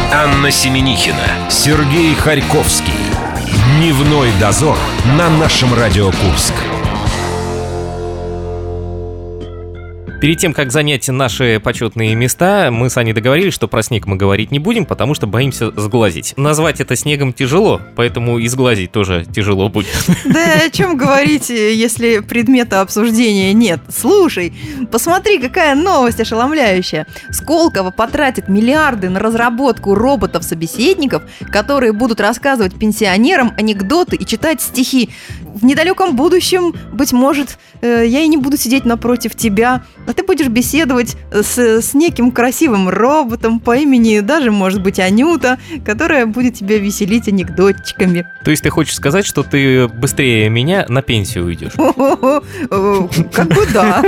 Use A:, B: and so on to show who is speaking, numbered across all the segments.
A: Анна Семенихина, Сергей Харьковский. Дневной дозор на нашем Радио Курск.
B: Перед тем, как занять наши почетные места, мы с Аней договорились, что про снег мы говорить не будем, потому что боимся сглазить. Назвать это снегом тяжело, поэтому и сглазить тоже тяжело будет.
C: Да о чем говорить, если предмета обсуждения нет? Слушай, посмотри, какая новость ошеломляющая. Сколково потратит миллиарды на разработку роботов-собеседников, которые будут рассказывать пенсионерам анекдоты и читать стихи. В недалеком будущем, быть может, я и не буду сидеть напротив тебя, а ты будешь беседовать с неким красивым роботом по имени даже, может быть, Анюта, которая будет тебя веселить анекдотчиками.
B: То есть ты хочешь сказать, что ты быстрее меня на пенсию уйдешь?
C: Как бы да.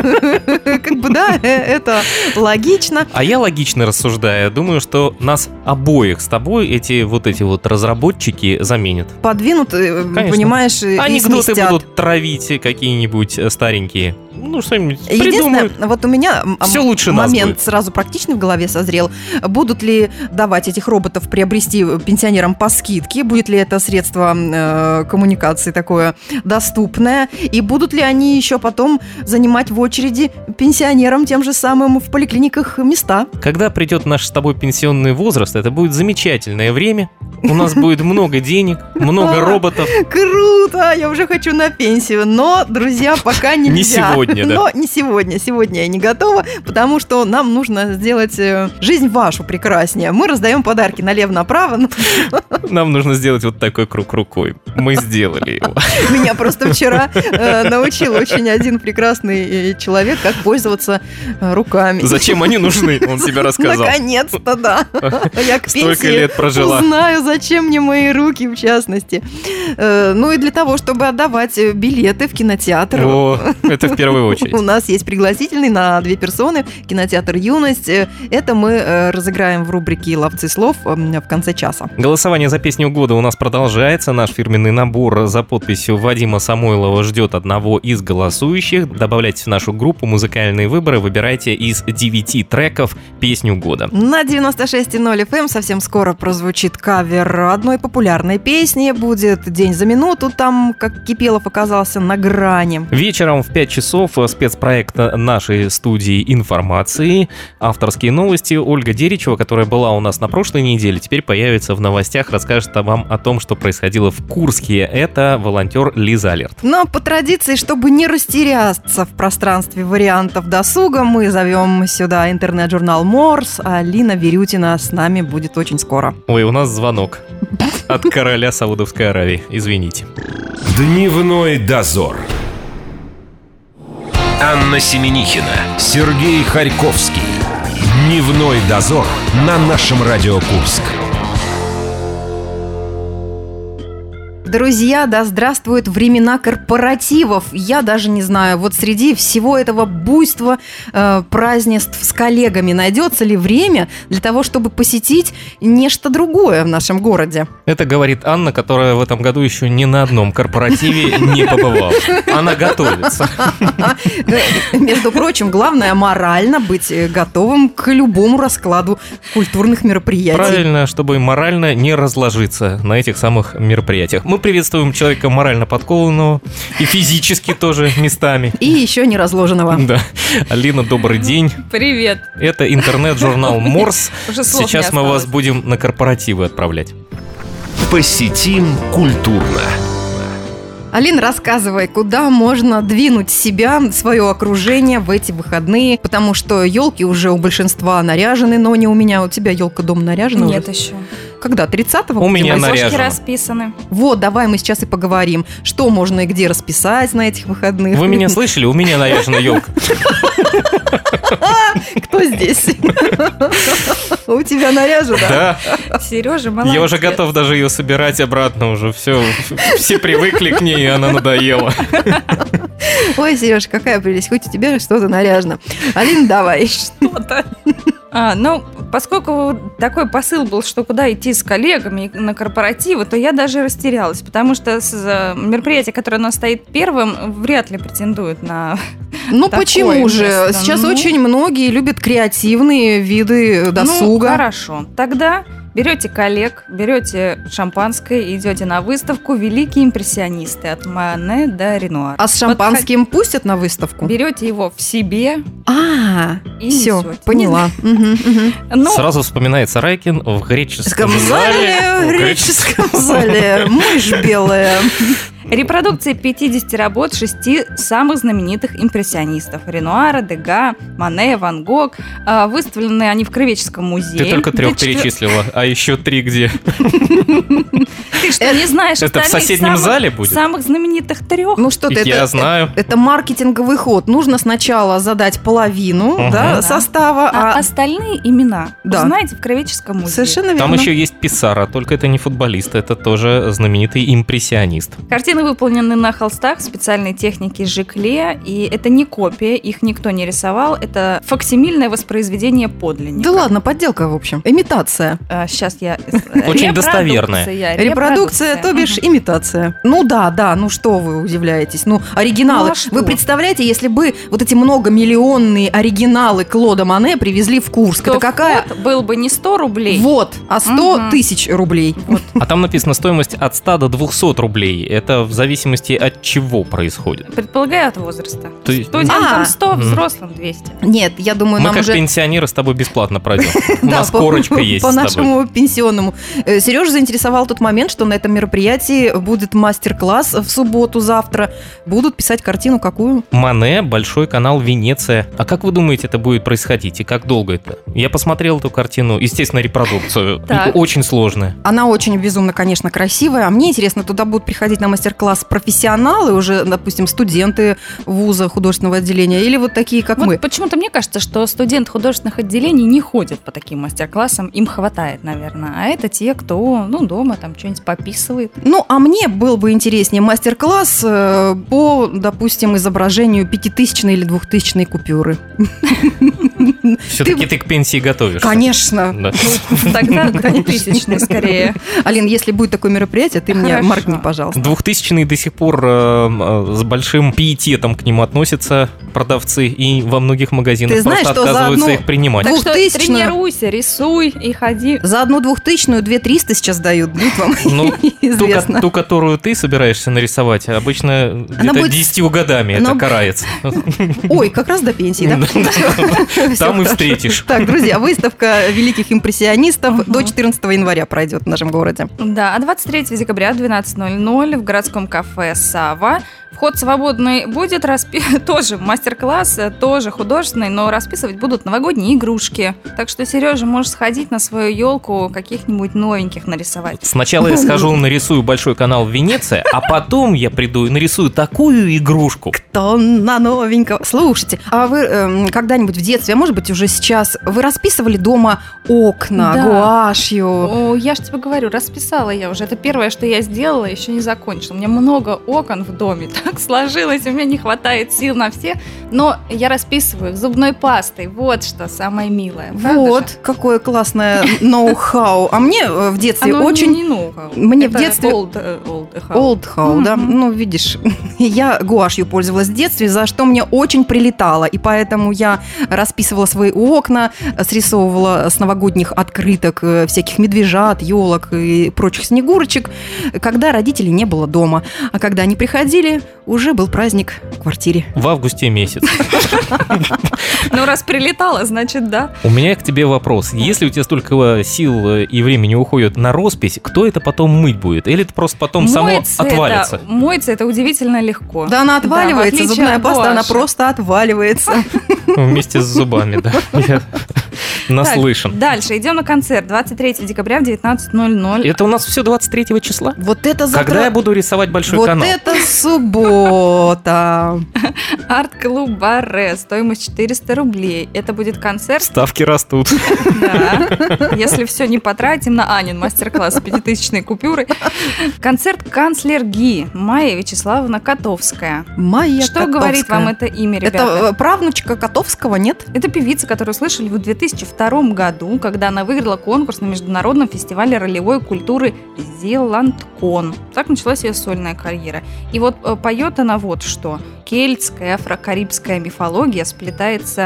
C: Как бы да, это логично.
B: А я логично рассуждаю, думаю, что нас обоих с тобой эти вот разработчики заменят.
C: Подвинут, понимаешь, и
B: анекдоты
C: сместят.
B: Будут травить какие-нибудь старенькие. Ну, что-нибудь
C: Единственное,
B: придумают.
C: Вот у меня
B: Все лучше нас
C: момент
B: будет.
C: сразу практичный в голове созрел. Будут ли давать этих роботов приобрести пенсионерам по скидке? Будет ли это средство коммуникации такое доступное? И будут ли они еще потом занимать в очереди пенсионерам тем же самым в поликлиниках места?
B: Когда придет наш с тобой пенсионный возраст, это будет замечательное время. У нас будет много денег, много роботов.
C: Круто! Я уже хочу на пенсию. Но, друзья, пока нельзя.
B: Не сегодня, да?
C: Но не сегодня. Сегодня я не готова, потому что нам нужно сделать жизнь вашу прекраснее. Мы раздаем подарки налево-направо.
B: Нам нужно сделать вот такой круг рукой. Мы сделали его.
C: Меня просто вчера научил очень один прекрасный человек, как пользоваться руками.
B: Зачем они нужны, он тебе рассказал.
C: Наконец-то, да. Я к
B: Столько
C: пенсии
B: лет прожила.
C: узнаю, зачем мне мои руки, в частности. Ну и для того, чтобы отдавать билеты в кинотеатр.
B: О, это в первую очередь.
C: У нас есть пригласительный на 2 персоны, кинотеатр «Юность». Это мы разыграем в рубрике «Ловцы слов» в конце часа.
B: Голосование за песню года у нас продолжается. Наш фирменный набор за подписью Вадима Самойлова ждет одного из голосующих. Добавляйте в нашу группу «Музыкальные выборы», выбирайте из 9 треков песню года.
C: На 96.0 FM совсем скоро прозвучит кавер одной популярной песни. Будет «День за минуту», там, как Кипелов оказался на грани.
B: Вечером в 5 часов спецпроект нашей студии информации. Авторские новости. Ольга Деричева, которая была у нас на прошлой неделе, теперь появится в новостях, расскажет вам о том, что происходило в Курске. Это волонтер Лиза Алерт.
C: Но по традиции, чтобы не растеряться в пространстве вариантов досуга, мы зовем сюда интернет-журнал «Морс», а Алина Верютина с нами будет очень скоро.
B: Ой, у нас звонок от короля Саудовской Аравии. Извините.
A: Дневной дозор. Анна Семенихина, Сергей Харьковский. Дневной дозор на нашем Радио Курск.
C: Друзья, да здравствуют времена корпоративов. Я даже не знаю, вот среди всего этого буйства празднеств с коллегами найдется ли время для того, чтобы посетить нечто другое в нашем городе?
B: Это говорит Анна, которая в этом году еще ни на одном корпоративе не побывала. Она готовится.
C: Между прочим, главное морально быть готовым к любому раскладу культурных мероприятий.
B: Правильно, чтобы морально не разложиться на этих самых мероприятиях. Мы приветствуем человека морально подкованного и физически тоже местами.
C: И еще не разложенного.
B: Да. Алина, добрый день.
D: Привет.
B: Это интернет-журнал «Морс».
D: Уже слов не
B: Сейчас мы
D: осталось.
B: вас будем на корпоративы отправлять.
A: Посетим культурно.
C: Алин, рассказывай, куда можно двинуть себя, свое окружение в эти выходные, потому что елки уже у большинства наряжены, но не у меня. У тебя елка дома наряжена?
D: Нет
C: уже?
D: еще.
C: Когда? 30-го?
B: У меня
D: Цветочки
B: наряжено.
D: расписаны.
C: Вот, давай мы сейчас и поговорим, что можно и где расписать на этих выходных.
B: Вы меня слышали? У меня наряжена елка.
C: Кто здесь? У тебя наряжена?
B: Да.
D: Сережа, молодец.
B: Я уже готов даже ее собирать обратно уже. Все привыкли к ней, и она надоела.
C: Ой, Сереж, какая прелесть, хоть у тебя что-то наряжено. Алин, давай.
D: Что-то. Ну, поскольку такой посыл был, что куда идти с коллегами на корпоративы, то я даже растерялась, потому что мероприятие, которое у нас стоит первым, вряд ли претендует на
C: Ну
D: такое
C: почему же?
D: место.
C: Сейчас
D: Ну,
C: очень многие любят креативные виды досуга.
D: Ну, хорошо. Тогда Берете коллег, берете шампанское и идете на выставку «Великие импрессионисты» от Мане до Ренуар.
C: А с шампанским пустят на выставку?
D: Берете его в себе и
C: все,
D: несете.
C: поняла.
D: Ну,
B: Сразу вспоминается Райкин в греческом
C: В греческом зале, мышь белая.
D: репродукции 50 работ 6 самых знаменитых импрессионистов: Ренуара, Дега, Мане, Ван Гог. Выставлены они в Краеведческом музее.
B: Ты только 3 перечислила, а еще 3 где?
D: Ты что, не знаешь
B: Это в
D: остальных
B: соседнем зале будет?
D: самых знаменитых 3?
C: Ну что ты,
B: Я знаю.
C: Это маркетинговый ход. Нужно сначала задать половину
B: Да.
C: состава,
D: А остальные имена
C: Да.
D: узнаете в Краеведческом музее.
C: совершенно верно.
B: Там еще есть Писаро, только это не футболист, это тоже знаменитый импрессионист.
D: Картины выполнены на холстах в специальной технике жикле, и это не копия, их никто не рисовал, это факсимильное воспроизведение подлинника.
C: Да ладно, подделка, в общем. Имитация.
D: Сейчас я...
B: Очень достоверная.
C: Репродукция, то бишь имитация. Ну да, ну что вы удивляетесь? Ну, оригиналы.
D: Ну, а что?
C: Вы представляете, если бы вот эти многомиллионные оригиналы Клода Мане привезли в Курск,
D: То
C: это какая...
D: вход был бы не 100 рублей.
C: Вот, а 100
D: Мгм.
C: тысяч рублей.
B: А там написано стоимость от 100 до 200 рублей. Это в зависимости от чего происходит.
D: Предполагаю, от возраста.
B: То есть-
D: Студентам 100,
B: Мгм.
D: взрослым 200.
C: Нет, я думаю,
B: Мы
C: нам
B: как
C: уже...
B: пенсионеры с тобой бесплатно пройдем. У
C: Да,
B: нас корочка есть
C: по
B: с тобой.
C: нашему пенсионному. Сережа заинтересовал тот момент, что на этом мероприятии будет мастер-класс в субботу завтра. Будут писать картину какую?
B: Мане, большой канал Венеция. А как вы думаете, это будет происходить? И как долго это? Я посмотрел эту картину, естественно, репродукцию.
D: Так.
B: Очень сложная.
C: Она очень безумно, конечно, красивая. А мне интересно, туда будут приходить на мастер-класс профессионалы, уже, допустим, студенты вуза художественного отделения, или вот такие, как
D: Вот
C: мы.
D: почему-то мне кажется, что студенты художественных отделений не ходят по таким мастер-классам, им хватает, наверное. А это те, кто, дома там что-нибудь пописывает.
C: Ну, а мне был бы интереснее мастер-класс по, допустим, изображению 5000 или 2000 купюры.
B: Все-таки ты к пенсии готовишься.
C: Конечно.
B: Да.
D: Тогда не тысячные скорее.
C: Алин, если будет такое мероприятие, ты мне
D: Хорошо.
C: маркни, пожалуйста.
B: 2000-е до сих пор с большим пиететом к ним относятся продавцы, и во многих магазинах
C: Ты знаешь,
B: просто
C: что за
B: отказываются
C: одну-
B: их принимать.
D: Так что
C: 2000-ю.
D: тренируйся, рисуй и ходи.
C: За одну 2000-ю 2300 сейчас дают, будет вам
B: Ну,
C: известно.
B: ту, которую ты собираешься нарисовать, обычно где-то
C: будет-
B: 10 годами
C: она
B: это
C: б-
B: карается.
C: Ой, как раз до пенсии, да? Всё
B: Там и
C: хорошо.
B: встретишь.
C: Так, друзья, выставка великих импрессионистов до 14 января пройдет в нашем городе.
D: Да, а 23 декабря в 12:00 в городском кафе «Сава». Вход свободный будет, тоже мастер-класс, тоже художественный, но расписывать будут новогодние игрушки. Так что, Сережа, можешь сходить на свою елку, каких-нибудь новеньких нарисовать.
B: Сначала я схожу, нарисую большой канал Венеция, а потом я приду и нарисую такую игрушку.
C: Тонна новенького. Слушайте, а вы когда-нибудь в детстве, а может быть уже сейчас, вы расписывали дома окна
D: Да.
C: гуашью?
D: О, я же тебе говорю, расписала я уже. Это первое, что я сделала, еще не закончила. У меня много окон в доме. Так сложилось, у меня не хватает сил на все. Но я расписываю зубной пастой. Вот что самое милое. Правда
C: Вот,
D: же?
C: какое классное ноу-хау. А мне в детстве
D: Оно
C: очень...
D: не ноу-хау.
C: Мне в
D: Это
C: детстве-
D: old how.
C: Old how, да?
D: Мгм.
C: Ну, видишь, я гуашью пользовалась в детстве, за что мне очень прилетало. И поэтому я расписывала свои окна, срисовывала с новогодних открыток всяких медвежат, елок и прочих снегурочек, когда родителей не было дома. А когда они приходили, уже был праздник в квартире.
B: В августе месяц.
D: Ну, раз прилетала, значит, да.
B: У меня к тебе вопрос. Если у тебя столько сил и времени уходит на роспись, кто это потом мыть будет? Или это просто потом само отвалится?
D: Моется это удивительно легко.
C: Да, она
D: в
C: отваливается,
D: отличие
C: зубная
D: от
C: паста, она
D: гуаши.
C: просто отваливается.
B: Вместе с зубами, да. Я наслышан.
D: Так, дальше идем на концерт 23 декабря в 19:00.
B: Это у нас все 23 числа?
C: Вот это завтра...
B: Когда я буду рисовать большой
C: Вот
B: канал?
C: это суббота.
D: Арт-клуб Барре, стоимость 400 рублей. Это будет концерт,
B: Ставки растут.
D: да, если все не потратим на Анин мастер-класс с 5000 купюрой. Концерт «Канцлер Ги» Майя Вячеславовна Котовская.
C: Майя
D: Что говорит
C: Котовская.
D: вам это имя, ребята?
C: Это правнучка Котовского, нет?
D: Это певица, которую слышали в 2002 году, когда она выиграла конкурс на международном фестивале ролевой культуры «Зеландкон». Так началась ее сольная карьера. И вот поет она вот что. Кельтская, афрокарибская мифология сплетается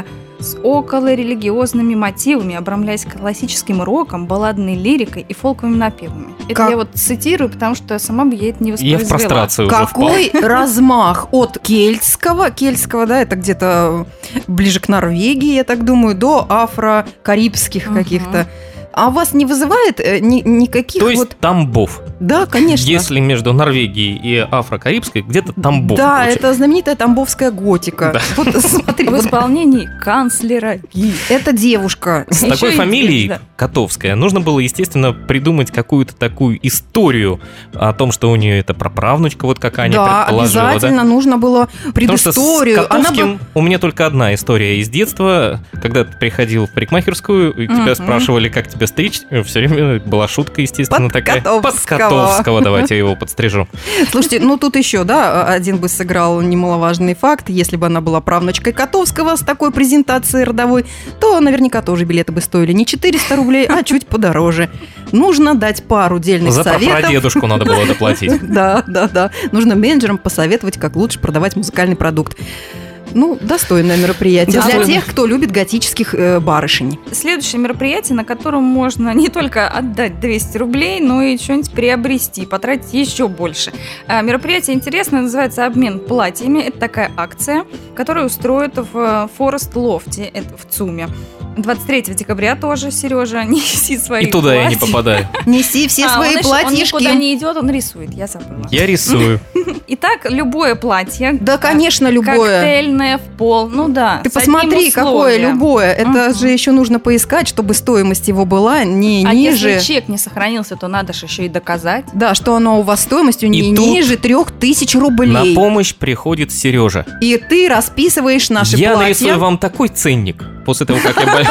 D: с околорелигиозными мотивами, обрамляясь классическим роком, балладной лирикой и фолковыми напевами. Это я вот цитирую, потому что сама бы я это не воспроизвела.
B: Я в прострацию уже
C: Какой размах от кельтского, да, это где-то ближе к Норвегии, я так думаю, до афро-карибских каких-то. А вас не вызывает никаких
B: То есть Тамбов.
C: Да, конечно.
B: Если между Норвегией и Афро-Карибской, где-то Тамбов.
C: Да,
B: получается.
C: это знаменитая тамбовская готика.
B: Да.
C: Вот смотри,
D: В исполнении канцлера Ги.
C: это девушка.
B: С
D: Еще
B: такой
D: и
B: фамилией,
D: здесь, да.
B: Котовская, нужно было, естественно, придумать какую-то такую историю о том, что у нее это праправнучка, вот как Аня
C: Да,
B: предположила.
C: обязательно нужно было
B: Потому что с
C: предысторию.
B: Котовским у меня только одна история из детства. Когда ты приходил в парикмахерскую, и тебя спрашивали, как тебя стричь, все время была шутка, естественно,
C: Под
B: такая.
C: Котовского.
B: Под Котовского, давайте я его подстрижу.
C: Слушайте, ну тут еще, да, один бы сыграл немаловажный факт. Если бы она была правнучкой Котовского с такой презентацией родовой, то наверняка тоже билеты бы стоили не 400 рублей, а чуть подороже. Нужно дать пару дельных
B: За
C: советов.
B: прапрадедушку надо было доплатить.
C: Да. Нужно менеджерам посоветовать, как лучше продавать музыкальный продукт. Ну, достойное мероприятие для тех, кто любит готических барышень.
D: Следующее мероприятие, на котором можно не только отдать 200 рублей, но и что-нибудь приобрести, потратить еще больше. Мероприятие интересное, называется «Обмен платьями». Это такая акция, которую устроят в Форест Лофте, это в ЦУМе. 23 декабря тоже, Сережа, неси свои
B: И туда я не
D: платья.
B: попадаю.
C: Неси все свои
D: Он
C: платьишки.
D: никуда не идет, он рисует, я забыла.
B: Я рисую.
D: Итак, любое платье.
C: Да, конечно, любое.
D: Коктейльное в пол, ну да.
C: Ты
D: с одним
C: посмотри, какое
D: условием.
C: любое. Это же еще нужно поискать, чтобы стоимость его была не
D: А
C: ниже.
D: если чек не сохранился, то надо же еще и доказать.
C: Да, что оно у вас стоимостью не
B: И тут
C: ниже 3000
B: На
C: рублей.
B: помощь приходит Сережа.
C: И ты расписываешь наши
B: Я
C: платья.
B: нарисую вам такой ценник после того, как я...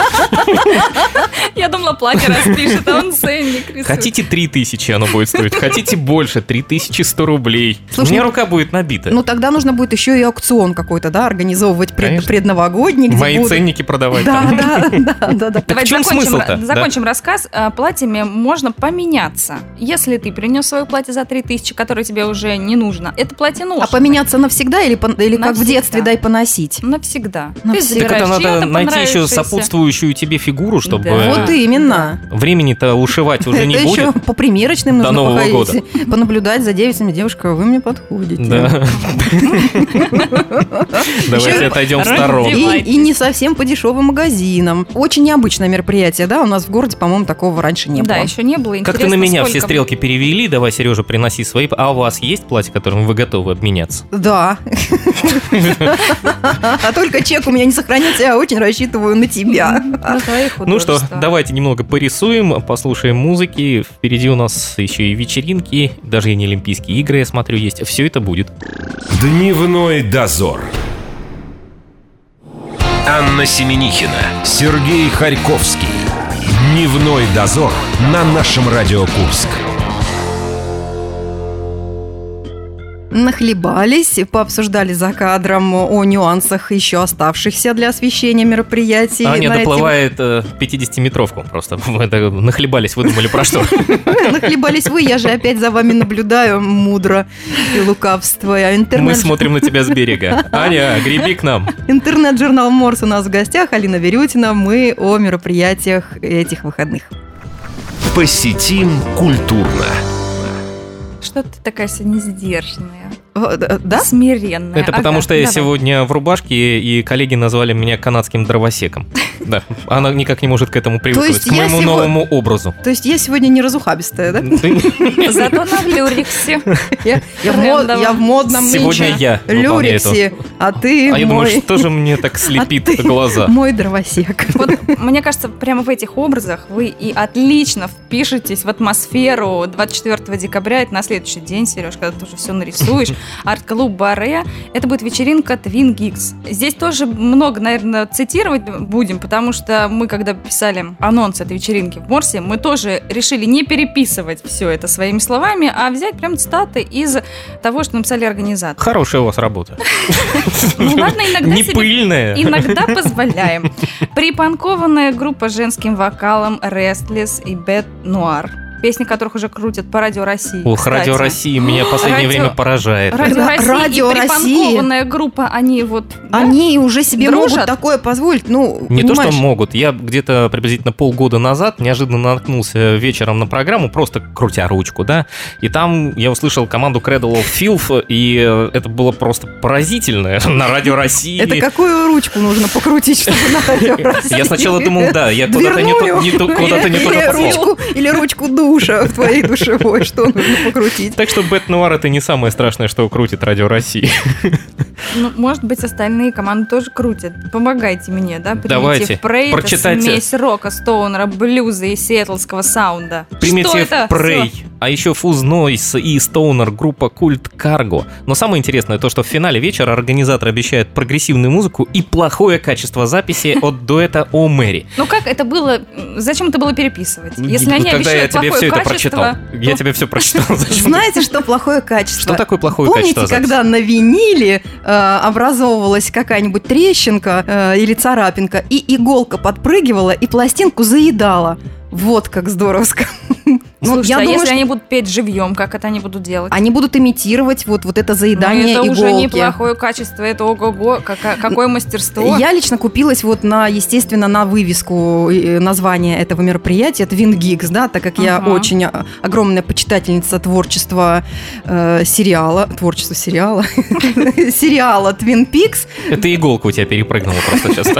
D: Я думала, платье распишет, а он ценник рисует.
B: Хотите 3000 оно будет стоить, хотите больше, 3100 рублей.
C: Слушай,
B: У меня
C: ну-
B: рука будет набита.
C: Ну, тогда нужно будет еще и аукцион какой-то, да, организовывать
B: Конечно.
C: предновогодний, где
B: Мои
C: будут-
B: ценники продавать.
C: Да,
B: там.
C: да.
B: Так в
D: Давайте
B: чем смысл-то?
D: закончим рассказ. Платьями можно поменяться. Если ты принес свое платье за 3000, которое тебе уже не нужно, это платье нужно.
C: А поменяться навсегда или как в
D: Навсегда.
C: детстве дай поносить?
D: Навсегда.
C: Навсегда.
D: Ты
B: Так
D: забираешь
B: это надо
D: чьё-то
B: найти еще
D: понравившееся.
B: сопутствующую тебе фигуру, чтобы
D: Да.
C: Вот именно.
B: времени-то ушивать уже не
C: Это еще
B: будет.
C: по примерочным
B: До
C: нужно
B: Нового
C: походить,
B: года.
C: понаблюдать за девицами. Девушка, вы мне подходите.
B: Да. Давайте отойдем в сторонку.
C: И не совсем по дешевым магазинам. Очень необычное мероприятие, да? У нас в городе, по-моему, такого раньше не
D: Да,
C: было.
D: еще не было.
B: Как-то
D: Интересно,
B: на меня все
D: сколько-
B: стрелки перевели. Давай, Сережа, приноси свои. А у вас есть платье, которым вы готовы обменяться?
C: Да. А только чек у меня не сохранится, я очень рассчитываю на тебя.
D: На твои
B: Ну что,
D: художества.
B: давайте немного порисуем, послушаем музыки. Впереди у нас еще и вечеринки, даже и не Олимпийские игры, я смотрю, есть. Все это будет.
A: Дневной дозор. Анна Семенихина, Сергей Харьковский. Дневной дозор на нашем Радио Курск.
C: Нахлебались, пообсуждали за кадром о нюансах еще оставшихся для освещения мероприятий.
B: Аня
C: на эти-
B: доплывает 50-метровку просто. Вы так нахлебались, вы думали про что?
C: Нахлебались вы, я же опять за вами наблюдаю мудро и лукавство. А
B: Мы смотрим на тебя с берега. Аня, греби к нам.
C: Интернет-журнал Морс у нас в гостях, Алина Верютина. Мы о мероприятиях этих выходных.
A: Посетим культурно.
D: Что ты такая сегодня сдержанная,
C: Да?
D: смиренная?
B: Это потому,
D: Ага,
B: что я
D: давай.
B: сегодня в рубашке, и коллеги назвали меня канадским дровосеком. Да, она никак не может к этому привыкнуть,
C: есть
B: к
C: я
B: моему новому образу.
C: То есть я сегодня не разухабистая, да?
D: Зато на люриксе.
C: Я в модном
B: Сегодня
C: нынче
B: я выполняю это.
C: люриксе, а ты
B: А я думаю,
C: мой...
B: что же мне так слепит
C: а ты
B: глаза?
C: Мой дровосек.
D: Вот, мне кажется, прямо в этих образах вы и отлично впишетесь в атмосферу 24 декабря. Это на следующий день, Сереж, когда ты уже все нарисуешь. Арт-клуб Баре. Это будет вечеринка Twin Geeks. Здесь тоже много, наверное, цитировать будем, потому что мы, когда писали анонс этой вечеринки в Морсе, мы тоже решили не переписывать все это своими словами, а взять прям цитаты из того, что написали организаторы.
B: Хорошая у вас работа.
D: Ну ладно, иногда
B: Не
D: себе-
B: пыльная.
D: Иногда позволяем. Припанкованная группа с женским вокалом Restless и Bad Noir. песни которых уже крутят по Радио России.
B: Ох,
D: кстати.
B: Радио России меня в последнее время поражает.
D: Радио России
C: Радио
D: и припанкованная группа, они вот... да?
C: Они уже себе
D: Дружат.
C: могут такое позволить. Ну,
B: Не то,
C: понимаешь,
B: что могут. Я где-то приблизительно полгода назад неожиданно наткнулся вечером на программу, просто крутя ручку, да, и там я услышал команду Cradle of Filth, и это было просто поразительно на Радио России.
C: это какую ручку нужно покрутить, чтобы на Радио России?
B: Я сначала думал, да, я куда-то не туда попал.
C: Или ручку душа в твоей душевой, что нужно покрутить.
B: Так что Бэт Нуар — это не самое страшное, что крутит Радио России.
D: Ну, может быть, остальные команды тоже крутят. Помогайте мне, да?
B: Давайте,
D: Примитив Prey — это
B: прочитайте.
D: смесь рока, стоунера, блюза и сиэтлского саунда. Что
B: Примитив
D: это?
B: Prey, а еще Fuzz Noise и Stoner, группа Культ Cargo. Но самое интересное то, что в финале вечера организатор обещает прогрессивную музыку и плохое качество записи от дуэта О Мэри.
D: Ну как это было? Зачем это было переписывать? Если они
B: Когда я
D: обещают
B: тебе все
D: плохое
B: это
D: качество,
B: прочитал. Я
D: то-
B: тебе все прочитал. Зачем?
C: Знаете, что плохое качество?
B: Что такое плохое
C: Помните,
B: качество записи?
C: когда на виниле образовывалась какая-нибудь трещинка или царапинка, и иголка подпрыгивала и пластинку заедала? Вот как здоровско. Ну,
D: Слушайте,
C: я
D: а
C: думаю,
D: если
C: что
D: они будут петь живьем, как это они будут делать?
C: они будут имитировать вот это заедание
D: это
C: иголки.
D: уже неплохое качество, это ого-го, какое мастерство.
C: Я лично купилась вот естественно, на вывеску названия этого мероприятия. Это Вингикс, да, так как я
D: Ага.
C: очень огромная почитательница творчества сериала Twin Peaks.
B: Это иголка у тебя перепрыгнула просто сейчас.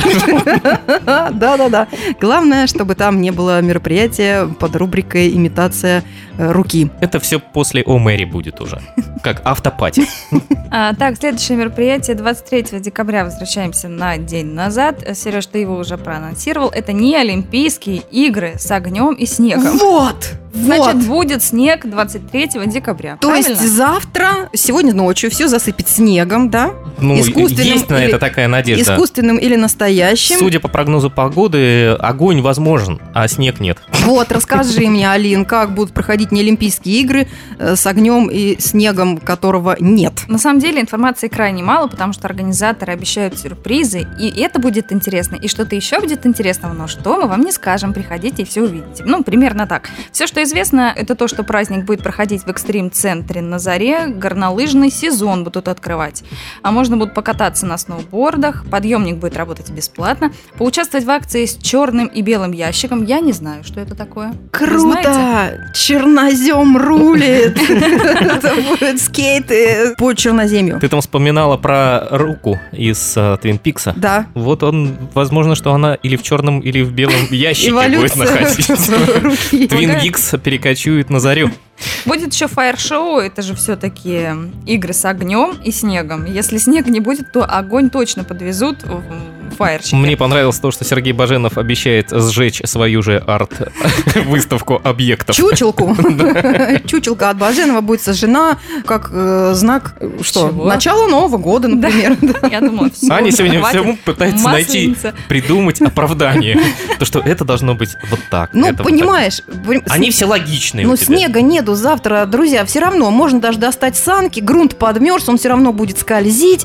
C: Да. Главное, чтобы там не было мероприятия под рубрикой «Имитация руки».
B: Это все после О Мэри будет уже. Как автопати.
D: Так, следующее мероприятие 23 декабря. Возвращаемся на день назад. Сереж, ты его уже проанонсировал. Это не Олимпийские игры с огнем и снегом.
C: Вот!
D: Значит, будет снег 23 декабря.
C: То
D: правильно?
C: есть завтра, сегодня ночью все засыпет снегом, да?
B: Ну,
C: Искусственным
B: есть на
C: или-
B: это такая надежда.
C: Искусственным или настоящим.
B: Судя по прогнозу погоды, огонь возможен, а снег нет.
C: Вот, расскажи мне, Алин, как будут проходить неолимпийские игры с огнем и снегом, которого нет?
D: На самом деле информации крайне мало, потому что организаторы обещают сюрпризы, и это будет интересно. И что-то еще будет интересного, но что мы вам не скажем, приходите и все увидите. Ну, примерно так. Все, что известно, это то, что праздник будет проходить в экстрим-центре на Заре, горнолыжный сезон будут открывать. А можно будет покататься на сноубордах, подъемник будет работать бесплатно, поучаствовать в акции с черным и белым ящиком. Я не знаю, что это такое. Вы знаете?
C: Круто! Чернозем рулит! Это будут скейты по черноземью.
B: Ты там вспоминала про руку из Твин Пикса.
C: Да.
B: Вот он, возможно, что она или в черном, или в белом ящике будет
C: Эволюция
B: находиться.
C: руки.
B: Твин Гикс перекочует на зарю.
D: Будет еще фаер-шоу, это же все-таки игры с огнем и снегом. Если снег не будет, то огонь точно подвезут в фаерщики.
B: Мне понравилось то, что Сергей Баженов обещает сжечь свою же арт-выставку объектов.
C: Чучелку. Чучелка от Баженова будет сожжена как знак что?
D: Чего?
C: Начала Нового года, например.
D: Я думала, все.
B: Аня сегодня всему пытается найти,
D: Масленица.
B: придумать оправдание. То, что это должно быть вот так.
C: Ну,
B: это вот
C: понимаешь,
B: так. Они все логичные
C: ну,
B: у тебя.
C: снега нету завтра, друзья, все равно можно даже достать санки, грунт подмерз, он все равно будет скользить,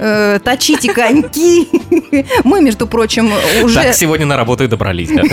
C: точите коньки. Мы, между прочим, уже...
B: Так, сегодня на работу и добрались, да?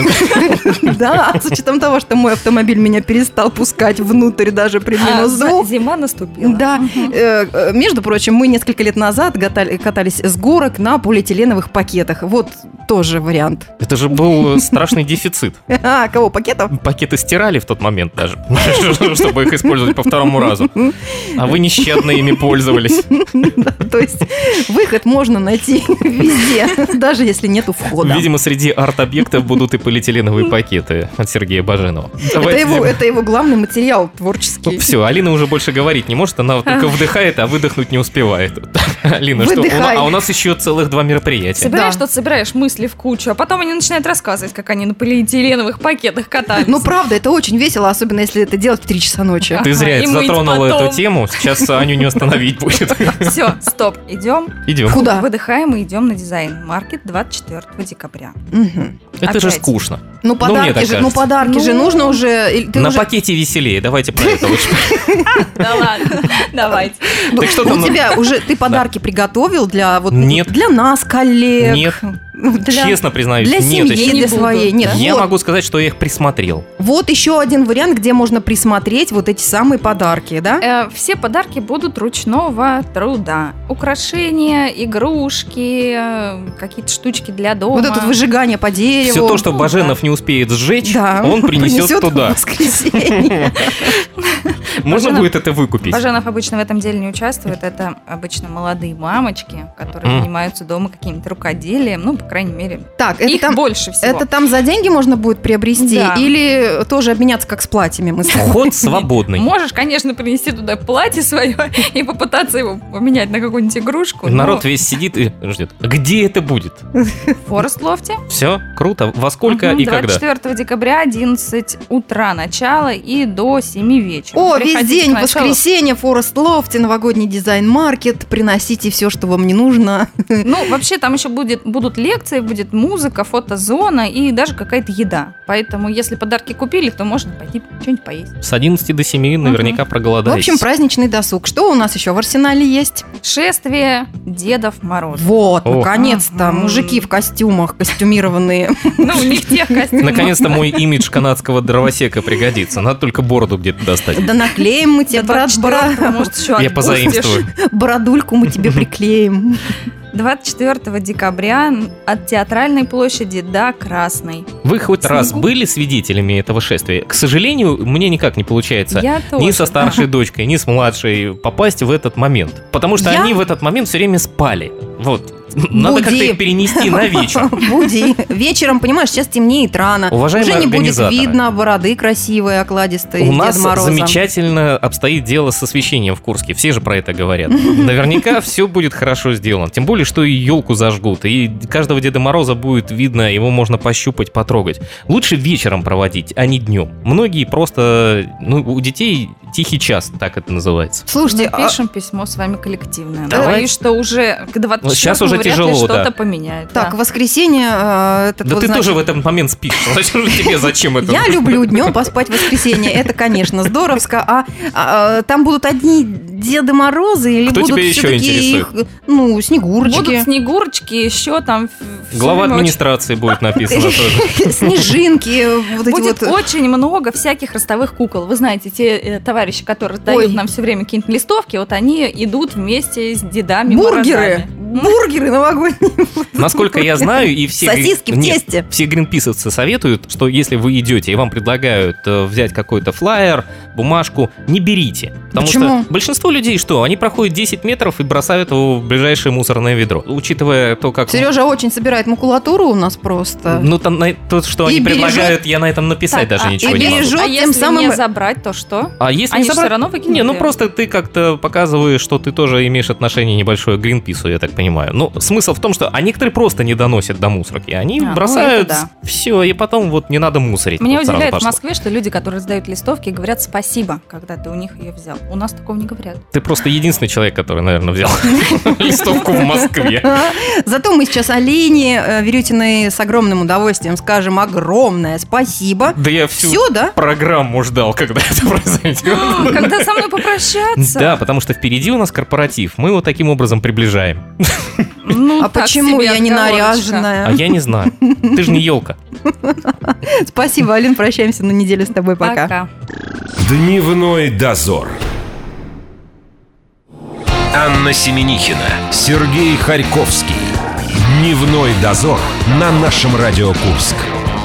C: Да, с учетом того, что мой автомобиль меня перестал пускать внутрь даже при минус двух.
D: Зима наступила.
C: Да, между прочим, мы несколько лет назад катались с горок на полиэтиленовых пакетах. Вот тоже вариант.
B: Это же был страшный дефицит.
C: А, кого, пакетов?
B: Пакеты стирали в тот момент даже, чтобы их использовать по второму разу. А вы нещадно ими пользовались.
C: То есть выход можно найти везде, даже если нету входа.
B: Видимо, среди арт-объектов будут и полиэтиленовые пакеты от Сергея Баженова.
C: Это его главный материал творческий.
B: Все, Алина уже больше говорить не может, она только вдыхает, а выдохнуть не успевает. Алина, что?
C: Выдыхай.
B: А у нас еще целых 2 мероприятия.
D: Собираешь,
C: Да.
D: тут собираешь мысли в кучу, а потом они начинают рассказывать, как они на полиэтиленовых пакетах катались.
C: Ну, правда, это очень весело, особенно если это делать в 3 часа ночи.
B: Ты зря
D: И
B: это
D: мыть
B: затронула
D: потом.
B: эту тему, сейчас Аню не остановить будет.
D: Все, стоп, идем.
B: Идем.
C: Куда?
D: Выдыхаем и идем на дизайн-маркет 24 декабря.
C: Мгм.
B: Это же
D: Опять.
B: скучно.
C: Ну, подарки же,
D: кажется.
C: нужно уже... или ты
B: На
C: уже-
B: пакете веселее, давайте про это лучше.
D: Да ладно, давайте.
C: Ну,
B: Так что там
C: у
B: на-
C: тебя уже... Ты подарки приготовил для вот...
B: Нет.
C: Для нас, коллег?
B: Нет. Честно признаюсь,
C: Для
B: нет
C: семьи,
B: еще.
C: для своей. Нет,
B: Я
C: вот.
B: могу сказать, что я их присмотрел.
C: Вот еще один вариант, где можно присмотреть вот эти самые подарки, да?
D: Все подарки будут ручного труда. Украшения, игрушки, какие-то штучки для дома.
C: Вот это вот выжигание по дереву.
B: Все то, что Баженов не успеет сжечь,
C: Да,
B: он принесет
C: в
B: туда.
C: воскресенье.
B: Можно
D: Баженов-
B: будет это выкупить.
D: Баженов обычно в этом деле не участвует. Это обычно молодые мамочки, которые занимаются дома каким-то рукоделием. Ну, по крайней мере,
C: Так, это
D: их
C: там,
D: больше всего.
C: это там за деньги можно будет приобрести?
D: Да.
C: Или тоже обменяться как с платьями? Мы с тобой?
B: Вход свободный.
D: Можешь, конечно, принести туда платье свое и попытаться его поменять на какую-нибудь игрушку.
B: Народ весь сидит и ждет. Где это будет?
D: В Форест-лофте.
B: Все, круто. Во сколько и когда?
D: 24 декабря, 11 утра начало и до 7 вечера.
C: О, весь
D: Приходите
C: день,
D: к началу.
C: воскресенье, Форест Лофте, новогодний дизайн-маркет. Приносите все, что вам не нужно.
D: Ну, вообще, там еще будут лекции, будет музыка, фотозона и даже какая-то еда. Поэтому, если подарки купили, то можно пойти что-нибудь поесть.
B: С 11 до 7 наверняка
C: В
B: проголодаетесь.
C: общем, праздничный досуг. Что у нас еще в арсенале есть?
D: Шествие Дедов Морозов.
C: Вот,
B: Ох.
C: наконец-то, мужики в костюмах, костюмированные.
D: Ну, у них тех костюмов.
B: Наконец-то мой имидж канадского дровосека пригодится. Надо только бороду где-то достать.
C: Да наклеим мы тебе,
D: До 24-го, может, еще
B: Я
D: отпустишь.
B: позаимствую.
C: бородульку мы тебе приклеим.
D: 24 декабря от Театральной площади до Красной.
B: Вы хоть раз
D: Снегу?
B: были свидетелями этого шествия? К сожалению, мне никак не получается
D: Я тоже.
B: ни со старшей дочкой, ни с младшей попасть в этот момент. Потому что
C: Я-
B: они в этот момент все время спали. Вот. Надо
C: Буди.
B: как-то их перенести на вечер.
C: Буди. Вечером, понимаешь, сейчас темнеет рано.
B: Уважаемые
C: Уже не будет
B: организаторы.
C: видно бороды красивые, окладистые
B: У
C: Деда
B: нас
C: Мороза.
B: замечательно обстоит дело с освещением в Курске. Все же про это говорят. Наверняка все будет хорошо сделано. Тем более, что и елку зажгут. И каждого Деда Мороза будет видно, его можно пощупать, потрогать. Лучше вечером проводить, а не днем. Многие просто... Ну, у детей тихий час, так это называется.
C: Слушайте,
D: Мы пишем письмо с вами коллективное.
B: Давайте.
D: Боюсь, что уже к 24
B: Сейчас уже
D: вряд ли
B: тяжело,
D: что-то
B: да.
D: поменяет.
C: так,
D: да.
C: в воскресенье... этот
B: Да
C: вот,
B: ты
C: значит,
B: тоже в этот момент спишь. Зачем же тебе, зачем это?
C: Я люблю днем поспать в воскресенье. Это, конечно, здоровско. А там будут одни Деды Морозы или
B: Кто
C: будут
B: тебя еще
C: все-таки их,
B: интересует?
C: снегурочки?
D: Будут снегурочки, еще там... всё
B: Глава
D: время
B: администрации будет написано тоже.
C: Снежинки, вот эти
D: Будет
C: вот...
D: очень много всяких ростовых кукол. Вы знаете, те товарищи, которые дают
C: Ой.
D: нам все время какие-нибудь листовки, вот они идут вместе с дедами
C: Бургеры!
D: Морозами.
C: Бургеры новогодние.
B: Насколько я знаю, и все...
C: Сосиски в
B: Нет,
C: тесте.
B: все гринписовцы советуют, что если вы идете и вам предлагают взять какой-то флаер, бумажку, не берите. Потому
C: Почему?
B: что большинство людей что? Они проходят 10 метров и бросают его в ближайшее мусорное ведро. Учитывая то, как...
C: Сережа очень собирает макулатуру у нас просто.
B: Ну, там, то, что
C: И
B: они
C: бережет-
B: предлагают, я на этом написать
D: Так,
B: даже ничего
C: и
B: не могу.
C: бережет-
D: А
C: тем
D: если
C: самым-
D: не забрать, то что?
B: А если
D: Они
B: не
D: же
B: забрать...
D: всё равно выкинут
B: Не, ну
D: её.
B: просто ты как-то показываешь, что ты тоже имеешь отношение небольшое к Гринпису, я так понимаю. Ну, смысл в том, что некоторые просто не доносят до мусорки. Они
D: Ну,
B: бросают
D: это
B: все, и потом вот не надо мусорить.
D: Меня
B: Вот сразу
D: удивляет в
B: пошло.
D: Москве, что люди, которые сдают листовки, говорят спасибо, когда ты у них ее взял. У нас такого не говорят.
B: Ты просто единственный человек, который, наверное, взял листовку в Москве.
C: Зато мы сейчас Олене Верютиной с огромным удовольствием скажем огромное спасибо.
B: Да я всю
C: Все, да?
B: программу ждал, когда это произойдет.
D: Когда со мной попрощаться?
B: Да, потому что впереди у нас корпоратив. Мы его таким образом приближаем.
D: Ну,
C: А
D: так
C: почему
D: себе
C: я не
D: отговорочка.
C: наряженная?
B: А я не знаю. Ты же не елка.
C: Спасибо, Алин, прощаемся на неделю с тобой. Пока.
D: Пока.
A: Дневной дозор. Анна Семенихина, Сергей Харьковский. Дневной дозор на нашем Радио Курск.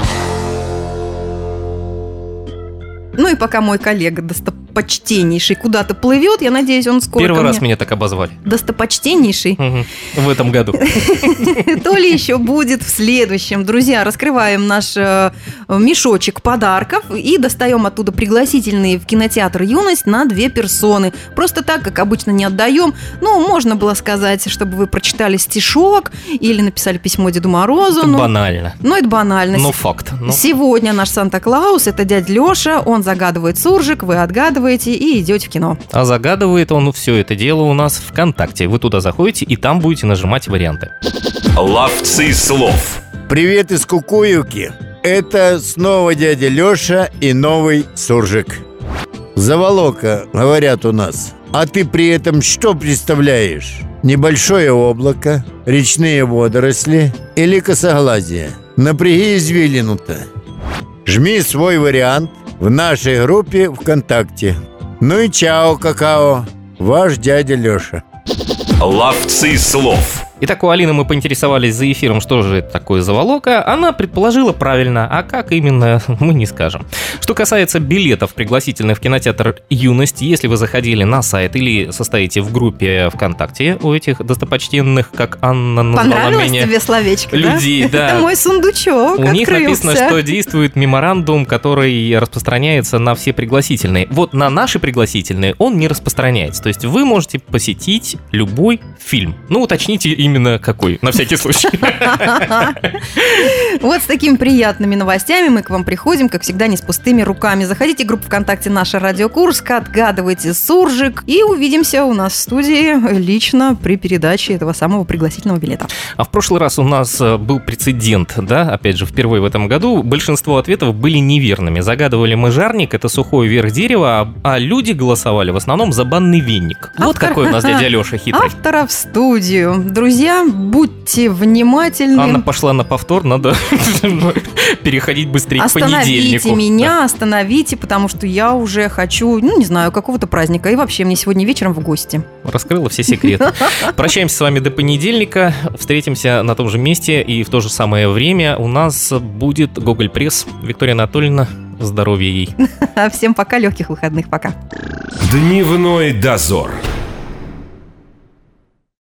C: Ну и пока мой коллега достопочтеннейший куда-то плывет, я надеюсь, он скоро
B: Первый
C: ко
B: раз
C: мне...
B: меня так обозвали.
C: Достопочтеннейший.
B: Мгм. В этом году.
C: То ли еще будет в следующем. Друзья, раскрываем наш мешочек подарков и достаем оттуда пригласительные в кинотеатр «Юность» на 2 персоны. Просто так, как обычно, не отдаем. Ну, можно было сказать, чтобы вы прочитали стишок или написали письмо Деду Морозу.
B: Это банально.
C: Ну, это банально.
B: Но факт. Ну,
C: Сегодня наш Санта-Клаус – это дядя Леша. Он загадывает суржик, вы отгадываете и идете в кино.
B: А загадывает он все это дело у нас ВКонтакте. Вы туда заходите и там будете нажимать варианты.
A: Ловцы слов.
E: Привет из Кукуевки. Это снова дядя Леша и новый суржик. Заволока, говорят у нас. А ты при этом что представляешь? Небольшое облако, речные водоросли или косоглазие? Напряги извилину-то. Жми свой вариант в нашей группе ВКонтакте. Ну и чао, какао, ваш дядя Леша.
A: Ловцы слов.
B: Итак, у Алины мы поинтересовались за эфиром, что же это такое заволока. Она предположила правильно, а как именно, мы не скажем. Что касается билетов, пригласительных в кинотеатр «Юность», если вы заходили на сайт или состоите в группе ВКонтакте у этих достопочтенных, как Анна назвала
C: Понравилось
B: меня,
C: тебе словечко,
B: людей, да?
C: Это мой сундучок
B: У них
C: открылся.
B: написано, что действует меморандум, который распространяется на все пригласительные. Вот на наши пригласительные он не распространяется. То есть вы можете посетить любой фильм. Ну, уточните именно какой, на всякий случай.
C: Вот с такими приятными новостями мы к вам приходим, как всегда, не с пустыми руками. Заходите в группу ВКонтакте «Наша Радио Курск», отгадывайте суржик, и увидимся у нас в студии лично при передаче этого самого пригласительного билета.
B: А в прошлый раз у нас был прецедент, да, опять же, впервые в этом году. Большинство ответов были неверными. Загадывали мы жарник, это сухой верх дерева, а люди голосовали в основном за банный веник. Вот какой у нас дядя Леша хитрый.
C: Автора в студию. Друзья, будьте внимательны.
B: Анна пошла на повтор, надо переходить быстрее к понедельнику.
C: Остановите меня, остановите, потому что я уже хочу, не знаю, какого-то праздника. И вообще, мне сегодня вечером в гости.
B: Раскрыла все секреты. Прощаемся с вами до понедельника. Встретимся на том же месте и в то же самое время. У нас будет Гоголь Пресс. Виктория Анатольевна, здоровья ей.
C: Всем пока, легких выходных, пока.
A: Дневной дозор.